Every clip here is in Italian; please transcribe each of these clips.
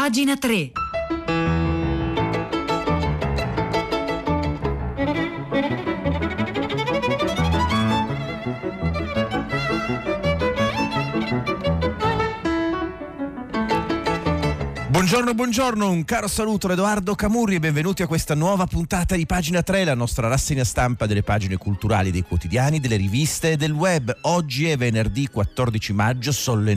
Pagina 3. Buongiorno, un caro saluto da Edoardo Camurri e benvenuti a questa nuova puntata di Pagina 3, la nostra rassegna stampa delle pagine culturali dei quotidiani, delle riviste e del web. Oggi è venerdì 14 maggio, sono le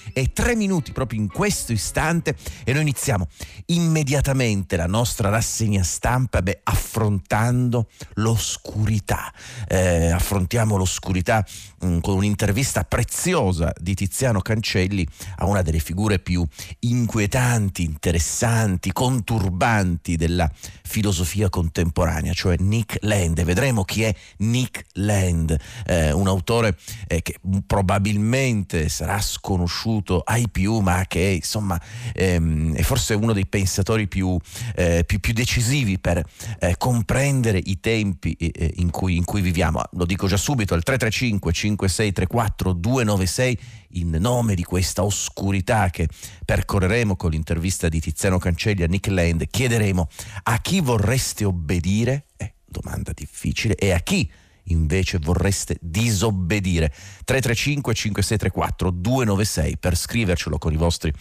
9:03 proprio in questo istante e noi iniziamo immediatamente la nostra rassegna stampa affrontando l'oscurità. Affrontiamo l'oscurità con un'intervista preziosa di Tiziano Cancelli a una delle figure più inquietanti, interessanti, conturbanti della filosofia contemporanea, cioè Nick Land. Vedremo chi è Nick Land, un autore che probabilmente sarà sconosciuto ai più, ma che insomma è forse uno dei pensatori più decisivi per comprendere i tempi in cui viviamo. Lo dico già subito, al 335 5634 296, in nome di questa oscurità che percorreremo con l'intervista di Tiziano Cancelli a Nick Land, chiederemo: a chi vorreste obbedire? Domanda difficile. E a chi invece vorreste disobbedire? 335 5634 296 per scrivercelo con i vostri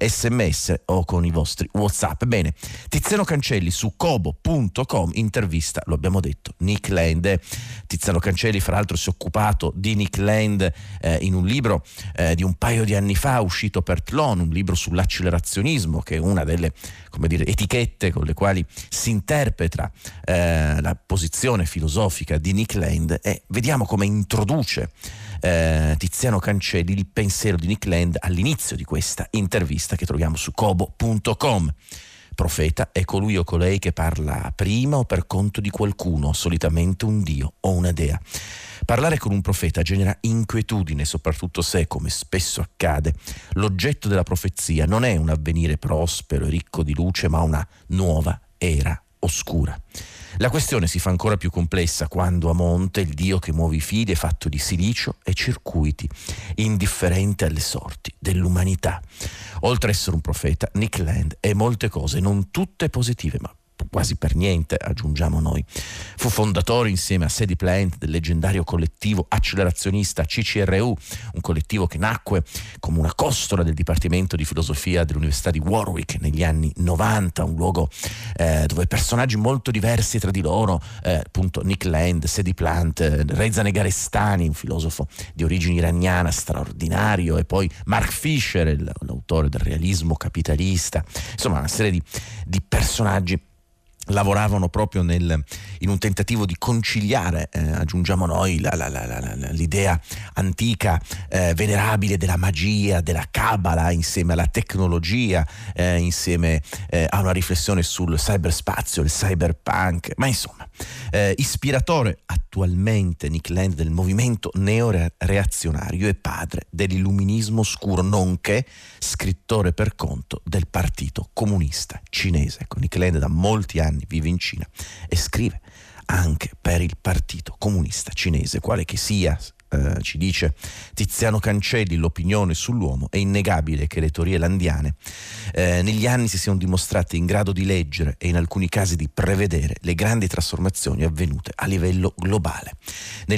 sms o con i vostri WhatsApp. Bene, Tiziano Cancelli su kobo.com, intervista, lo abbiamo detto, Nick Land. Tiziano Cancelli fra l'altro si è occupato di Nick Land in un libro di un paio di anni fa uscito per Tlon, un libro sull'accelerazionismo, che è una delle, come dire, etichette con le quali si interpreta la posizione filosofica di Nick Land. E vediamo come introduce Tiziano Cancelli il pensiero di Nick Land all'inizio di questa intervista che troviamo su kobo.com. Profeta è colui o colei che parla prima o per conto di qualcuno, solitamente un dio o una dea. Parlare con un profeta genera inquietudine, soprattutto se, come spesso accade, l'oggetto della profezia non è un avvenire prospero e ricco di luce, ma una nuova era oscura. La questione si fa ancora più complessa quando a monte il dio che muove i fili è fatto di silicio e circuiti, indifferente alle sorti dell'umanità. Oltre a essere un profeta, Nick Land è molte cose, non tutte positive, ma quasi per niente, aggiungiamo noi. Fu fondatore insieme a Sadie Plant del leggendario collettivo accelerazionista CCRU, un collettivo che nacque come una costola del Dipartimento di Filosofia dell'Università di Warwick negli anni 90, un luogo dove personaggi molto diversi tra di loro, appunto Nick Land, Sadie Plant, Reza Negarestani, un filosofo di origine iraniana straordinario, e poi Mark Fisher, l'autore del realismo capitalista, insomma una serie di personaggi lavoravano proprio in un tentativo di conciliare, aggiungiamo noi, l'idea antica, venerabile della magia, della cabala, insieme alla tecnologia, insieme a una riflessione sul cyberspazio, il cyberpunk, ma insomma ispiratore attualmente Nick Land del movimento neoreazionario e padre dell'illuminismo oscuro, nonché scrittore per conto del Partito Comunista Cinese. Ecco, Nick Land da molti anni vive in Cina e scrive anche per il Partito Comunista Cinese, quale che sia. Ci dice Tiziano Cancelli, l'opinione sull'uomo è innegabile che le teorie landiane negli anni si siano dimostrate in grado di leggere e in alcuni casi di prevedere le grandi trasformazioni avvenute a livello globale. Nel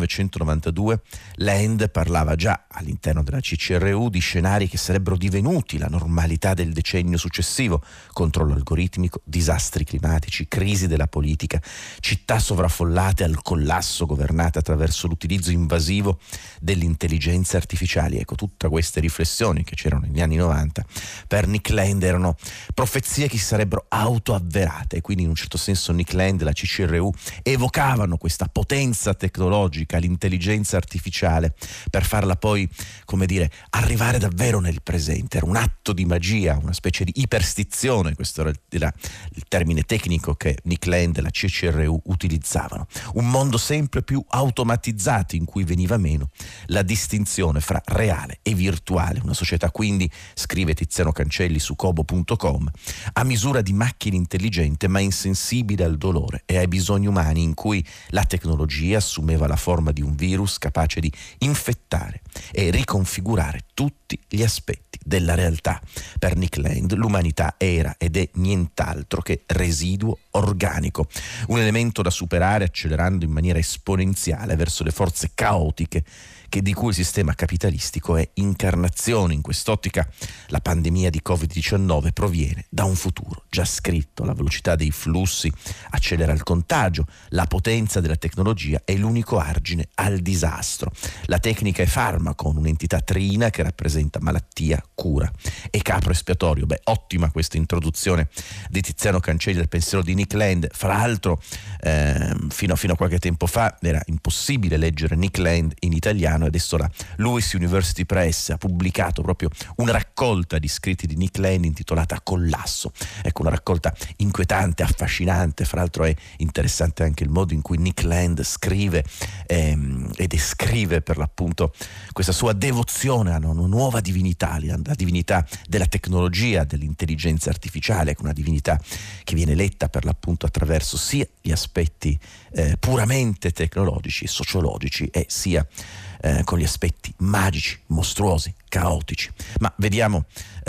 1992 Land parlava già all'interno della CCRU di scenari che sarebbero divenuti la normalità del decennio successivo: controllo algoritmico, disastri climatici, crisi della politica, città sovraffollate al collasso governate attraverso l'utilizzo invasivo dell'intelligenza artificiale. Ecco, tutte queste riflessioni che c'erano negli anni 90 per Nick Land erano profezie che si sarebbero autoavverate, e quindi in un certo senso Nick Land e la CCRU evocavano questa potenza tecnologica, l'intelligenza artificiale, per farla poi, come dire, arrivare davvero nel presente. Era un atto di magia, una specie di iperstizione, questo era il termine tecnico che Nick Land e la CCRU utilizzavano. Un mondo sempre più automatizzato in cui veniva meno la distinzione fra reale e virtuale. Una società quindi, scrive Tiziano Cancelli su kobo.com, a misura di macchina intelligente ma insensibile al dolore e ai bisogni umani, in cui la tecnologia assumeva la forma di un virus capace di infettare e riconfigurare tutti gli aspetti della realtà. Per Nick Land l'umanità era ed è nient'altro che residuo organico, un elemento da superare accelerando in maniera esponenziale verso le forze caotiche di cui il sistema capitalistico è incarnazione. In quest'ottica la pandemia di Covid-19 proviene da un futuro già scritto. La velocità dei flussi accelera il contagio, la potenza della tecnologia è l'unico argine al disastro. La tecnica è farmaco, un'entità trina che rappresenta malattia, cura e capro espiatorio. Ottima questa introduzione di Tiziano Cancelli del pensiero di Nick Land. Fra l'altro fino a qualche tempo fa era impossibile leggere Nick Land in italiano. Adesso la Lewis University Press ha pubblicato proprio una raccolta di scritti di Nick Land intitolata Collasso. Ecco, una raccolta inquietante, affascinante. Fra l'altro è interessante anche il modo in cui Nick Land scrive e descrive per l'appunto questa sua devozione a una nuova divinità, la divinità della tecnologia, dell'intelligenza artificiale, una divinità che viene letta per l'appunto attraverso sia gli aspetti puramente tecnologici e sociologici e sia con gli aspetti magici, mostruosi, caotici. Ma vediamo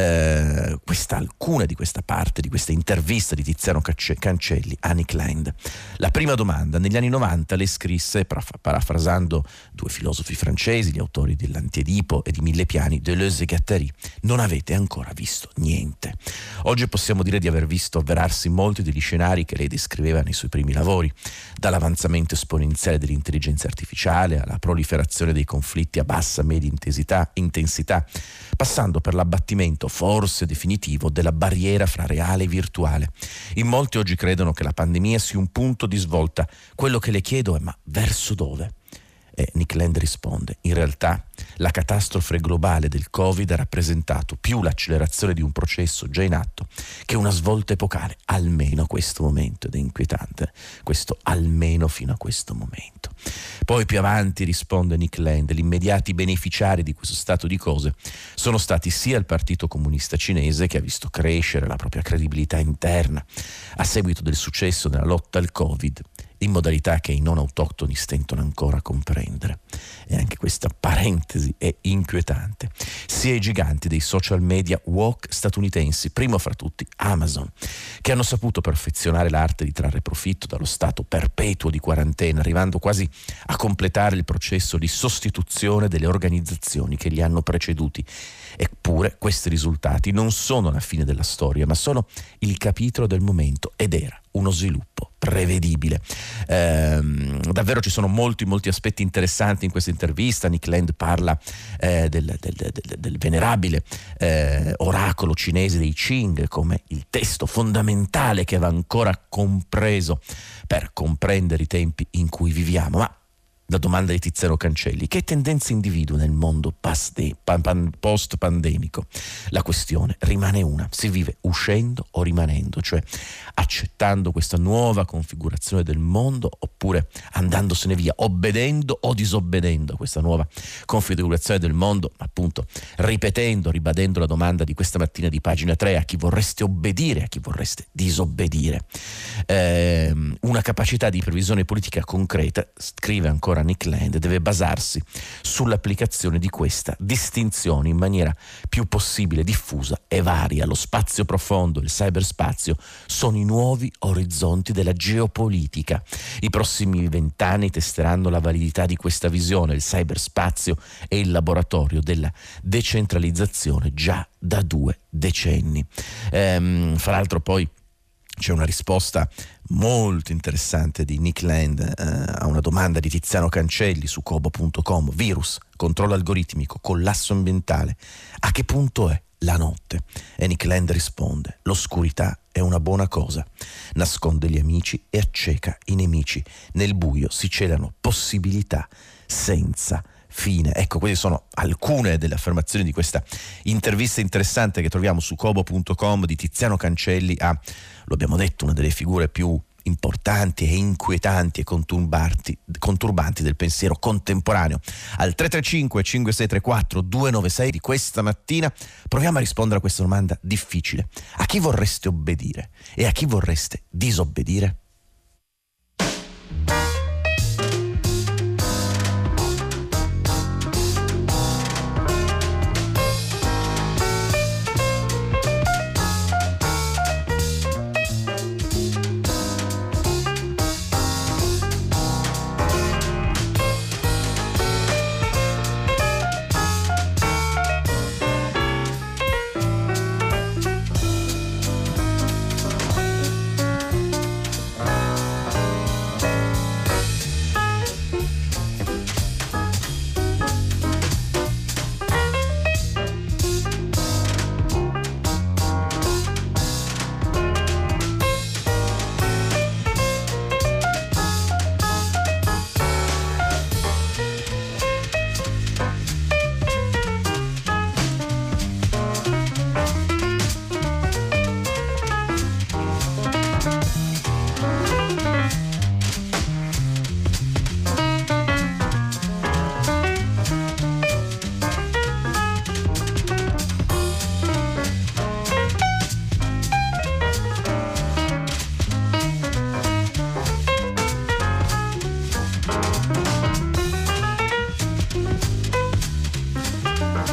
alcune di questa parte, di questa intervista di Tiziano Cancelli a Nick Land. La prima domanda: negli anni 90 lei scrisse, parafrasando due filosofi francesi, gli autori dell'Antiedipo e di Mille Piani, Deleuze e Guattari: non avete ancora visto niente. Oggi possiamo dire di aver visto avverarsi molti degli scenari che lei descriveva nei suoi primi lavori, dall'avanzamento esponenziale dell'intelligenza artificiale alla proliferazione dei conflitti a bassa media intensità, passando per l'abbattimento forse definitivo della barriera fra reale e virtuale. In molti oggi credono che la pandemia sia un punto di svolta. Quello che le chiedo è: ma verso dove? E Nick Land risponde: in realtà la catastrofe globale del Covid ha rappresentato più l'accelerazione di un processo già in atto che una svolta epocale, almeno a questo momento. Ed è inquietante questo almeno fino a questo momento. Poi più avanti risponde Nick Land: gli immediati beneficiari di questo stato di cose sono stati sia il Partito Comunista Cinese, che ha visto crescere la propria credibilità interna a seguito del successo nella lotta al Covid, in modalità che i non autoctoni stentano ancora a comprendere. E anche questa parentesi è inquietante. Sia i giganti dei social media woke statunitensi, primo fra tutti Amazon, che hanno saputo perfezionare l'arte di trarre profitto dallo stato perpetuo di quarantena, arrivando quasi a completare il processo di sostituzione delle organizzazioni che li hanno preceduti. Eppure questi risultati non sono la fine della storia, ma sono il capitolo del momento, ed era uno sviluppo prevedibile. Davvero ci sono molti aspetti interessanti in questa intervista. Nick Land parla del venerabile oracolo cinese dei Qing come il testo fondamentale che va ancora compreso per comprendere i tempi in cui viviamo. Ma la domanda di Tiziano Cancelli: che tendenze individua nel mondo post-pandemico? La questione rimane una: si vive uscendo o rimanendo, cioè accettando questa nuova configurazione del mondo oppure andandosene via, obbedendo o disobbedendo a questa nuova configurazione del mondo, appunto ribadendo la domanda di questa mattina di Pagina 3: a chi vorreste obbedire, a chi vorreste disobbedire? Una capacità di previsione politica concreta, scrive ancora Nick Land, deve basarsi sull'applicazione di questa distinzione in maniera più possibile diffusa e varia. Lo spazio profondo e il cyberspazio sono i nuovi orizzonti della geopolitica. I prossimi 20 anni testeranno la validità di questa visione. Il cyberspazio è il laboratorio della decentralizzazione già da 2 decenni. Fra l'altro poi c'è una risposta molto interessante di Nick Land a una domanda di Tiziano Cancelli su Kobo.com: virus, controllo algoritmico, collasso ambientale, a che punto è la notte? E Nick Land risponde: l'oscurità è una buona cosa, nasconde gli amici e acceca i nemici, nel buio si celano possibilità senza fine. Ecco, queste sono alcune delle affermazioni di questa intervista interessante che troviamo su Kobo.com di Tiziano Cancelli a, lo abbiamo detto, una delle figure più importanti e inquietanti e conturbanti del pensiero contemporaneo. Al 335 5634 296 di questa mattina proviamo a rispondere a questa domanda difficile: a chi vorreste obbedire e a chi vorreste disobbedire?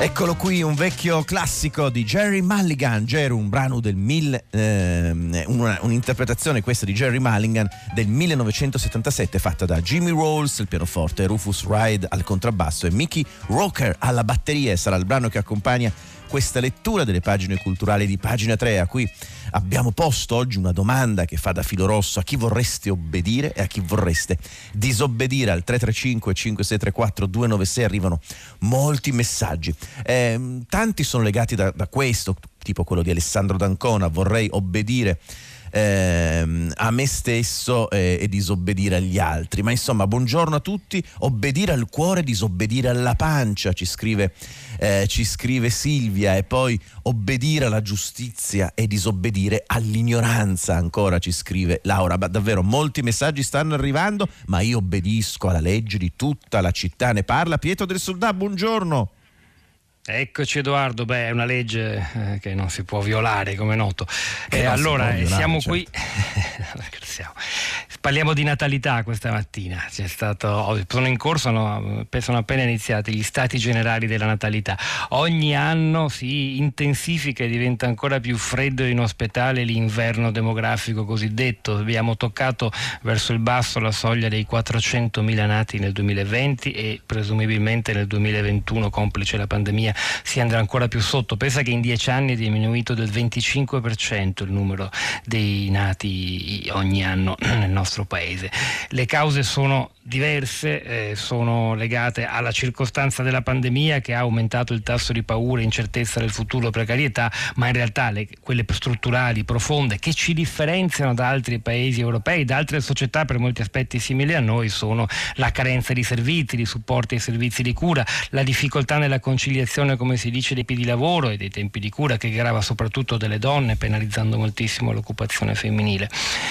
Eccolo qui, un vecchio classico di Gerry Mulligan. Gerry, un brano del un'interpretazione questa di Gerry Mulligan del 1977, fatta da Jimmy Rolls al pianoforte, Rufus Wright al contrabbasso e Mickey Roker alla batteria. Sarà il brano che accompagna questa lettura delle pagine culturali di Pagina 3, a cui abbiamo posto oggi una domanda che fa da filo rosso: a chi vorreste obbedire e a chi vorreste disobbedire? Al 335 5634 296 arrivano molti messaggi, tanti sono legati da questo, tipo quello di Alessandro d'Ancona: vorrei obbedire a me stesso e disobbedire agli altri. Ma insomma, buongiorno a tutti. Obbedire al cuore, disobbedire alla pancia, ci scrive Silvia. E poi obbedire alla giustizia e disobbedire all'ignoranza, ancora ci scrive Laura. Ma davvero molti messaggi stanno arrivando. Ma io obbedisco alla legge di tutta la città. Ne parla Pietro del Soldà, buongiorno. Eccoci Edoardo, è una legge che non si può violare, come è noto. Allora, siamo qui, parliamo di natalità questa mattina. Sono in corso, sono appena iniziati gli stati generali della natalità. Ogni anno si intensifica e diventa ancora più freddo e inospitale l'inverno demografico cosiddetto. Abbiamo toccato verso il basso la soglia dei 400.000 nati nel 2020 e presumibilmente nel 2021, complice la pandemia, si andrà ancora più sotto. Pensa che in 10 anni è diminuito del 25% il numero dei nati ogni anno nel nostro paese. Le cause sono diverse, sono legate alla circostanza della pandemia che ha aumentato il tasso di paura, incertezza del futuro, precarietà, ma in realtà quelle strutturali, profonde, che ci differenziano da altri paesi europei, da altre società per molti aspetti simili a noi, sono la carenza di servizi, di supporti ai servizi di cura, la difficoltà nella conciliazione, come si dice, dei tempi di lavoro e dei tempi di cura, che grava soprattutto delle donne, penalizzando moltissimo l'occupazione femminile.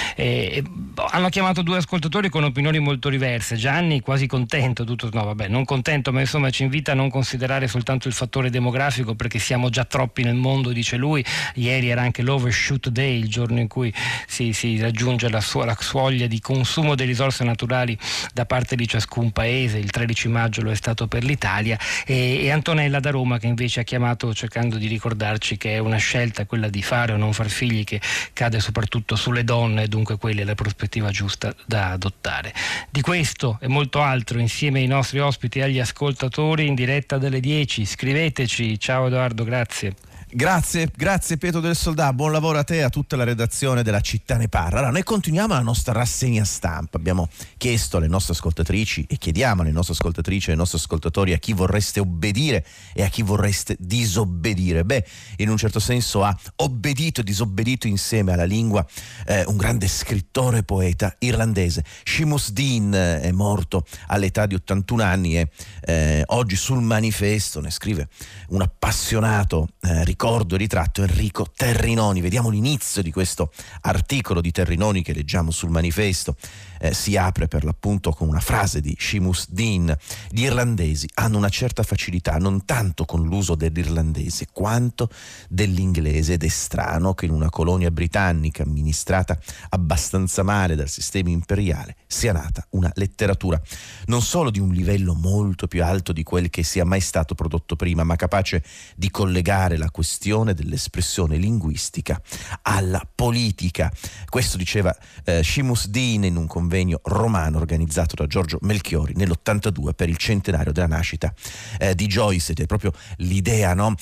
Hanno chiamato due ascoltatori con opinioni molto diverse. Gianni quasi contento, non contento, ma insomma ci invita a non considerare soltanto il fattore demografico, perché siamo già troppi nel mondo, dice lui. Ieri era anche l'Overshoot Day, il giorno in cui si raggiunge la soglia di consumo delle risorse naturali da parte di ciascun paese. Il 13 maggio lo è stato per l'Italia. E Antonella da Roma, che invece ha chiamato cercando di ricordarci che è una scelta quella di fare o non far figli, che cade soprattutto sulle donne, e dunque quella è la prospettiva giusta da adottare. Di questo e molto altro insieme ai nostri ospiti e agli ascoltatori in diretta dalle 10. Scriveteci. Ciao Edoardo, grazie. Grazie Pietro del Soldà, buon lavoro a te e a tutta la redazione della Città ne parla. Allora, noi continuiamo la nostra rassegna stampa. Abbiamo chiesto alle nostre ascoltatrici e chiediamo alle nostre ascoltatrici e ai nostri ascoltatori a chi vorreste obbedire e a chi vorreste disobbedire. In un certo senso ha obbedito e disobbedito insieme alla lingua un grande scrittore e poeta irlandese. Seamus Dean è morto all'età di 81 anni e oggi sul Manifesto ne scrive un appassionato ricordo e ritratto, Enrico Terrinoni. Vediamo l'inizio di questo articolo di Terrinoni che leggiamo sul Manifesto. Si apre per l'appunto con una frase di Seamus Dean: gli irlandesi hanno una certa facilità non tanto con l'uso dell'irlandese quanto dell'inglese, ed è strano che in una colonia britannica amministrata abbastanza male dal sistema imperiale sia nata una letteratura non solo di un livello molto più alto di quel che sia mai stato prodotto prima, ma capace di collegare la questione dell'espressione linguistica alla politica. Questo diceva Seamus Dean in un convegno romano organizzato da Giorgio Melchiori nell'82 per il centenario della nascita di Joyce. Ed è proprio l'idea, no?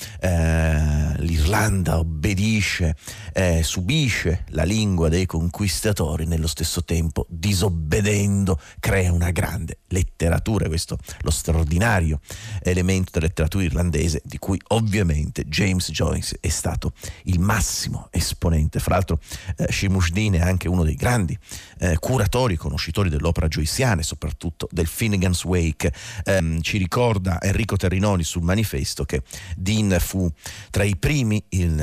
L'Irlanda obbedisce, subisce la lingua dei conquistatori, nello stesso tempo disobbedendo crea una grande letteratura. Questo lo straordinario elemento della letteratura irlandese, di cui ovviamente James Joyce è stato il massimo esponente. Fra l'altro Seamus Dean è anche uno dei grandi curatori, conoscitori dell'opera joyciana e soprattutto del Finnegan's Wake. Ci ricorda Enrico Terrinoni sul Manifesto che Dean fu tra i primi il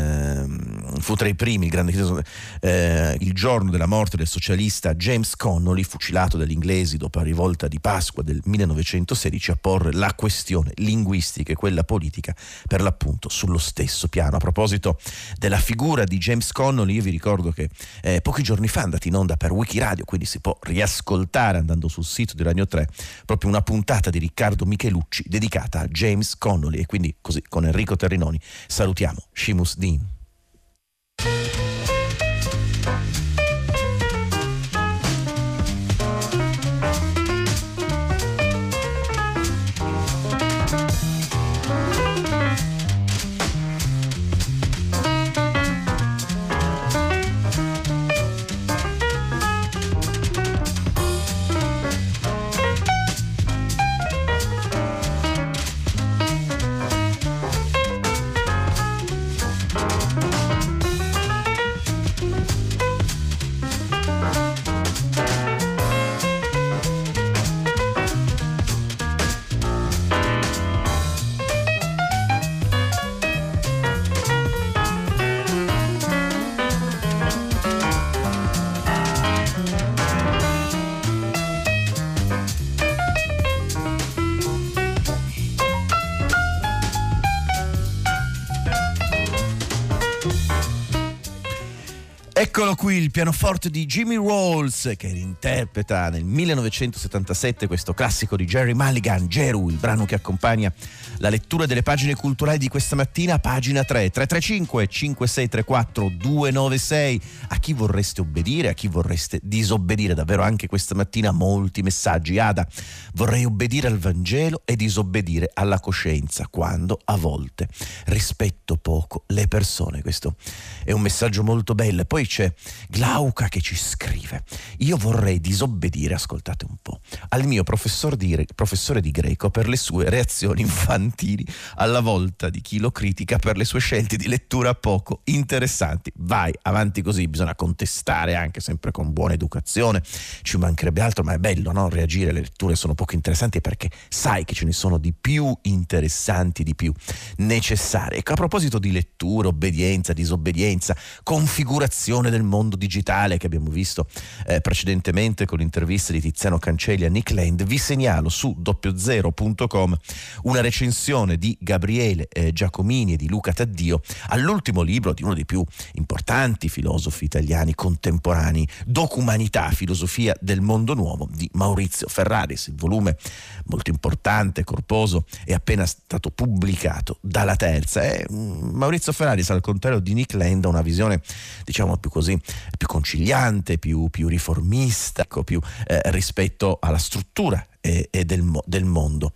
grande il giorno della morte del socialista James Connolly, fucilato dagli inglesi dopo la rivolta di Pasqua del 1916, a porre la questione linguistica e quella politica per l'appunto sullo stesso stesso piano. A proposito della figura di James Connolly, io vi ricordo che pochi giorni fa è andata in onda per Wikiradio, quindi si può riascoltare andando sul sito di Radio 3 proprio una puntata di Riccardo Michelucci dedicata a James Connolly, e quindi così con Enrico Terrinoni salutiamo Seamus Dean. Eccolo qui il pianoforte di Jimmy Rolls, che interpreta nel 1977 questo classico di Jerry Mulligan, Jeru, il brano che accompagna la lettura delle pagine culturali di questa mattina, pagina 3, 335 5634 296. A chi vorreste obbedire, a chi vorreste disobbedire? Davvero anche questa mattina molti messaggi. Ada: vorrei obbedire al Vangelo e disobbedire alla coscienza, quando a volte rispetto poco le persone. Questo è un messaggio molto bello. E poi c'è Glauca che ci scrive: io vorrei disobbedire, ascoltate un po', al mio professore di greco per le sue reazioni infantili alla volta di chi lo critica per le sue scelte di lettura poco interessanti. Vai avanti così, bisogna contestare anche sempre con buona educazione, ci mancherebbe altro, ma è bello, no? Reagire, le letture sono poco interessanti perché sai che ce ne sono di più interessanti, di più necessarie. Ecco, a proposito di lettura, obbedienza, disobbedienza, configurazione del mondo digitale che abbiamo visto precedentemente con l'intervista di Tiziano Cancelli a Nick Land, vi segnalo su doppiozero.com una recensione di Gabriele Giacomini e di Luca Taddio all'ultimo libro di uno dei più importanti filosofi italiani contemporanei, Documanità, filosofia del mondo nuovo, di Maurizio Ferraris. Il volume molto importante, corposo, è appena stato pubblicato dalla Terza. Maurizio Ferraris, al contrario di Nick Land, ha una visione, diciamo, più così, più conciliante, più riformista, più rispetto alla struttura e del mondo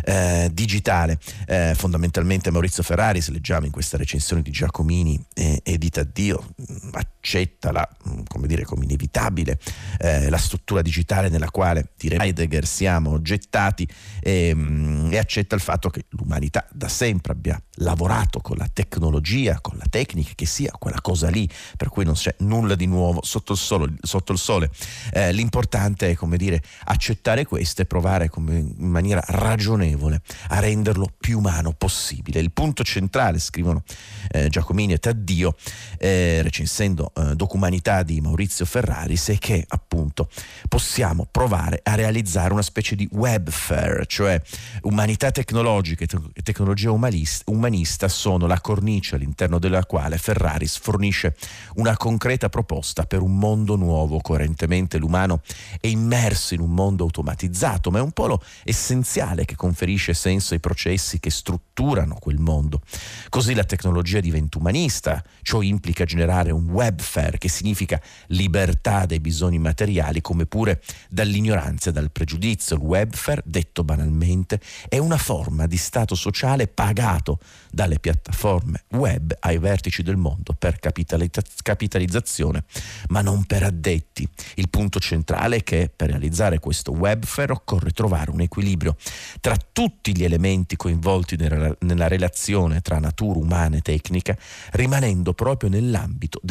digitale. Fondamentalmente Maurizio Ferraris, leggiamo in questa recensione di Giacomini e di Taddio, accetta come inevitabile la struttura digitale nella quale, direi Heidegger, siamo gettati, e accetta il fatto che l'umanità da sempre abbia lavorato con la tecnologia, con la tecnica, che sia quella cosa lì, per cui non c'è nulla di nuovo sotto il sole. L'importante è, come dire, accettare questo e provare in maniera ragionevole a renderlo più umano possibile. Il punto centrale, scrivono Giacomini e Taddio, recensendo Documanità di Maurizio Ferraris, è che appunto possiamo provare a realizzare una specie di webfare, cioè umanità tecnologica e tecnologia umanista sono la cornice all'interno della quale Ferraris fornisce una concreta proposta per un mondo nuovo. Coerentemente l'umano è immerso in un mondo automatizzato, ma è un polo essenziale che conferisce senso ai processi che strutturano quel mondo. Così la tecnologia diventa umanista, ciò implica generare un webfare, che significa libertà dai bisogni materiali come pure dall'ignoranza e dal pregiudizio. Il webfare, detto banalmente, è una forma di stato sociale pagato dalle piattaforme web ai vertici del mondo per capitalizzazione, ma non per addetti. Il punto centrale è che per realizzare questo webfare occorre trovare un equilibrio tra tutti gli elementi coinvolti nella relazione tra natura umana e tecnica, rimanendo proprio nell'ambito della cornice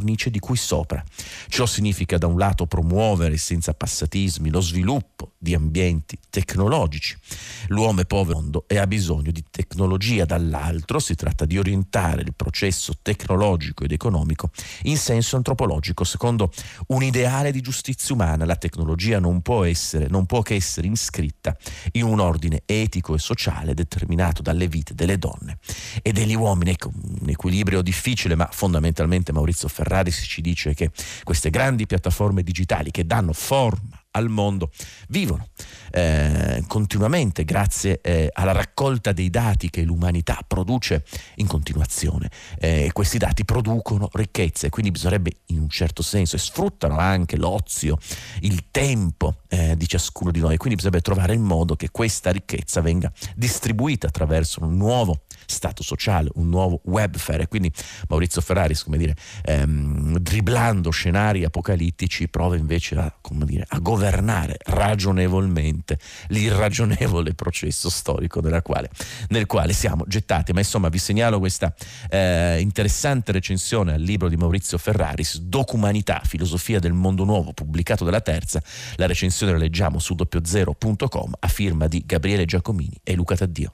cornice di cui sopra. Ciò significa da un lato promuovere senza passatismi lo sviluppo di ambienti tecnologici. L'uomo è povero e ha bisogno di tecnologia, dall'altro si tratta di orientare il processo tecnologico ed economico in senso antropologico, secondo un ideale di giustizia umana. La tecnologia non può che essere iscritta in un ordine etico e sociale determinato dalle vite delle donne e degli uomini. Ecco, un equilibrio difficile, ma fondamentalmente Maurizio Ferraris ci dice che queste grandi piattaforme digitali che danno forma al mondo vivono continuamente grazie alla raccolta dei dati che l'umanità produce in continuazione. Questi dati producono ricchezze, quindi bisognerebbe in un certo senso, e sfruttano anche l'ozio, il tempo di ciascuno di noi, quindi bisognerebbe trovare il modo che questa ricchezza venga distribuita attraverso un nuovo stato sociale, un nuovo welfare. E quindi Maurizio Ferraris, driblando scenari apocalittici, prova invece a governare ragionevolmente l'irragionevole processo storico nel quale siamo gettati. Ma insomma, vi segnalo questa interessante recensione al libro di Maurizio Ferraris, Documanità, filosofia del mondo nuovo, pubblicato dalla Terza. La recensione la leggiamo su doppiozero.com a firma di Gabriele Giacomini e Luca Taddio.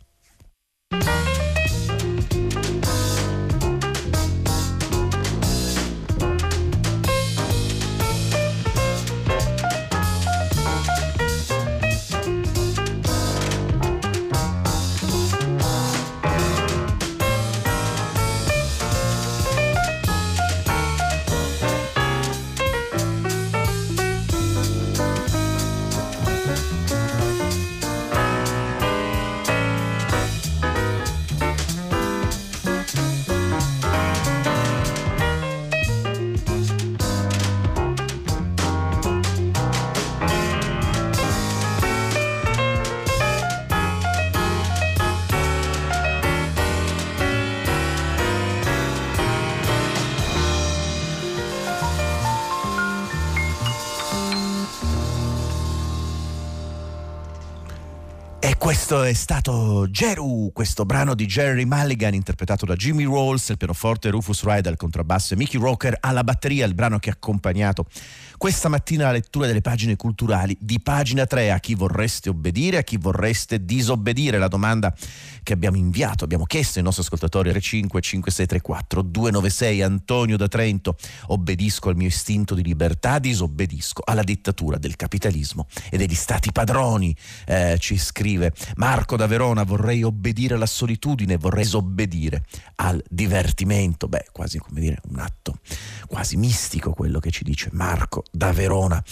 Questo è stato Jeru, questo brano di Jerry Mulligan interpretato da Jimmy Rolls, al pianoforte Rufus Wright, al contrabbasso e Mickey Rocker alla batteria, il brano che ha accompagnato questa mattina la lettura delle pagine culturali di Pagina 3. A chi vorreste obbedire, a chi vorreste disobbedire? La domanda che abbiamo chiesto ai nostri ascoltatori. R5 5634 296. Antonio da Trento: obbedisco al mio istinto di libertà, disobbedisco alla dittatura del capitalismo e degli stati padroni, ci scrive Marco da Verona: vorrei obbedire alla solitudine, vorrei disobbedire al divertimento. Quasi un atto quasi mistico quello che ci dice Marco da Verona.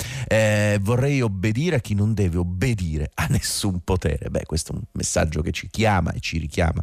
Vorrei obbedire a chi non deve obbedire a nessun potere. Questo è un messaggio che ci chiama e ci richiama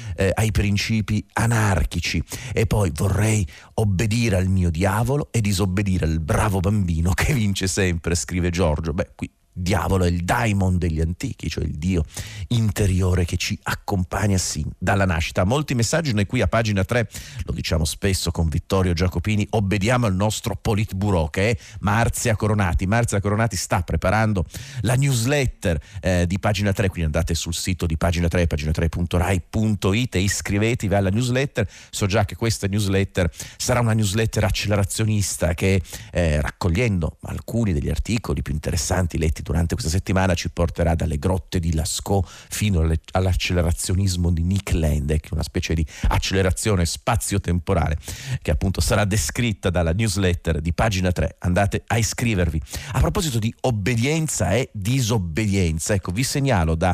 ai principi anarchici. E poi: vorrei obbedire al mio diavolo e disobbedire al bravo bambino che vince sempre, scrive Giorgio. Qui diavolo è il daimon degli antichi, cioè il dio interiore che ci accompagna sin dalla nascita. Molti messaggi. Noi qui a Pagina 3, lo diciamo spesso con Vittorio Giacopini, obbediamo al nostro Politburo, che è Marzia Coronati. Marzia Coronati sta preparando la newsletter di Pagina 3, quindi andate sul sito di Pagina 3, pagina3.rai.it, e iscrivetevi alla newsletter. So già che questa newsletter sarà una newsletter accelerazionista che, raccogliendo alcuni degli articoli più interessanti letti durante questa settimana, ci porterà dalle grotte di Lascaux fino all'accelerazionismo di Nick Land, che è una specie di accelerazione spazio-temporale che appunto sarà descritta dalla newsletter di Pagina 3. Andate a iscrivervi. A proposito di obbedienza e disobbedienza, vi segnalo da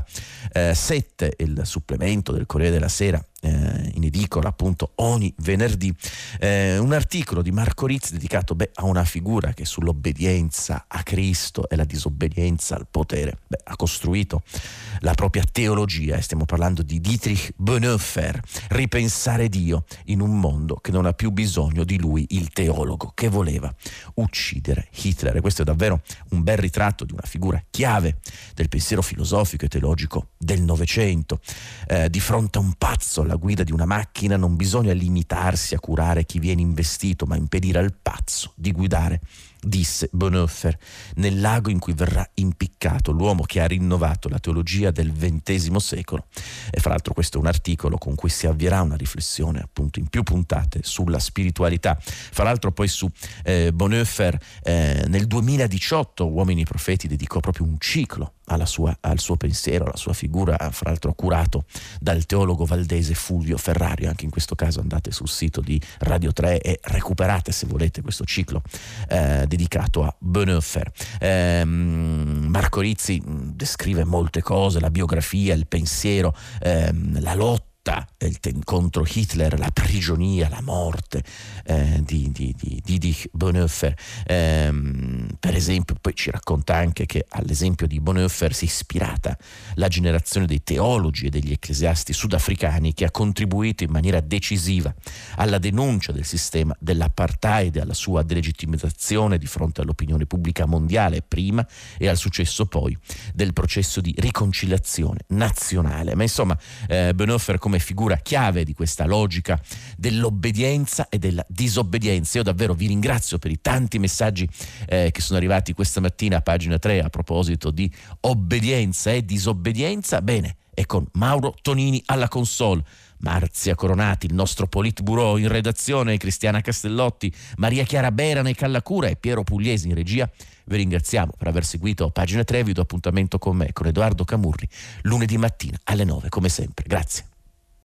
7, il supplemento del Corriere della Sera, in edicola appunto ogni venerdì, un articolo di Marco Rizzi dedicato a una figura che sull'obbedienza a Cristo e la disobbedienza al potere ha costruito la propria teologia, e stiamo parlando di Dietrich Bonhoeffer. Ripensare Dio in un mondo che non ha più bisogno di lui, il teologo che voleva uccidere Hitler. E questo è davvero un bel ritratto di una figura chiave del pensiero filosofico e teologico del Novecento. Di fronte a un pazzo alla guida di una macchina non bisogna limitarsi a curare chi viene investito, ma impedire al pazzo di guidare disse Bonhoeffer, nel lago in cui verrà impiccato l'uomo che ha rinnovato la teologia del XX secolo. E fra l'altro questo è un articolo con cui si avvierà una riflessione appunto in più puntate sulla spiritualità. Fra l'altro poi su Bonhoeffer nel 2018 Uomini Profeti dedicò proprio un ciclo al suo pensiero, alla sua figura, fra l'altro curato dal teologo valdese Fulvio Ferrario. Anche in questo caso andate sul sito di Radio 3 e recuperate, se volete, questo ciclo dedicato a Bonhoeffer. Marco Rizzi descrive molte cose, la biografia, il pensiero, la lotta contro Hitler, la prigionia, la morte di Dietrich Bonhoeffer. Per esempio, poi ci racconta anche che all'esempio di Bonhoeffer si è ispirata la generazione dei teologi e degli ecclesiasti sudafricani che ha contribuito in maniera decisiva alla denuncia del sistema dell'apartheid e alla sua delegittimazione di fronte all'opinione pubblica mondiale prima e al successo poi del processo di riconciliazione nazionale. Ma insomma Bonhoeffer come figura chiave di questa logica dell'obbedienza e della disobbedienza. Io davvero vi ringrazio per i tanti messaggi che sono arrivati questa mattina a pagina 3 a proposito di obbedienza e disobbedienza. Bene, e con Mauro Tonini alla console, Marzia Coronati, il nostro Politburo in redazione, Cristiana Castellotti, Maria Chiara Berana e Callacura e Piero Pugliesi in regia, vi ringraziamo per aver seguito pagina 3. Vi do appuntamento con me, con Edoardo Camurri, lunedì mattina alle 9 come sempre. Grazie.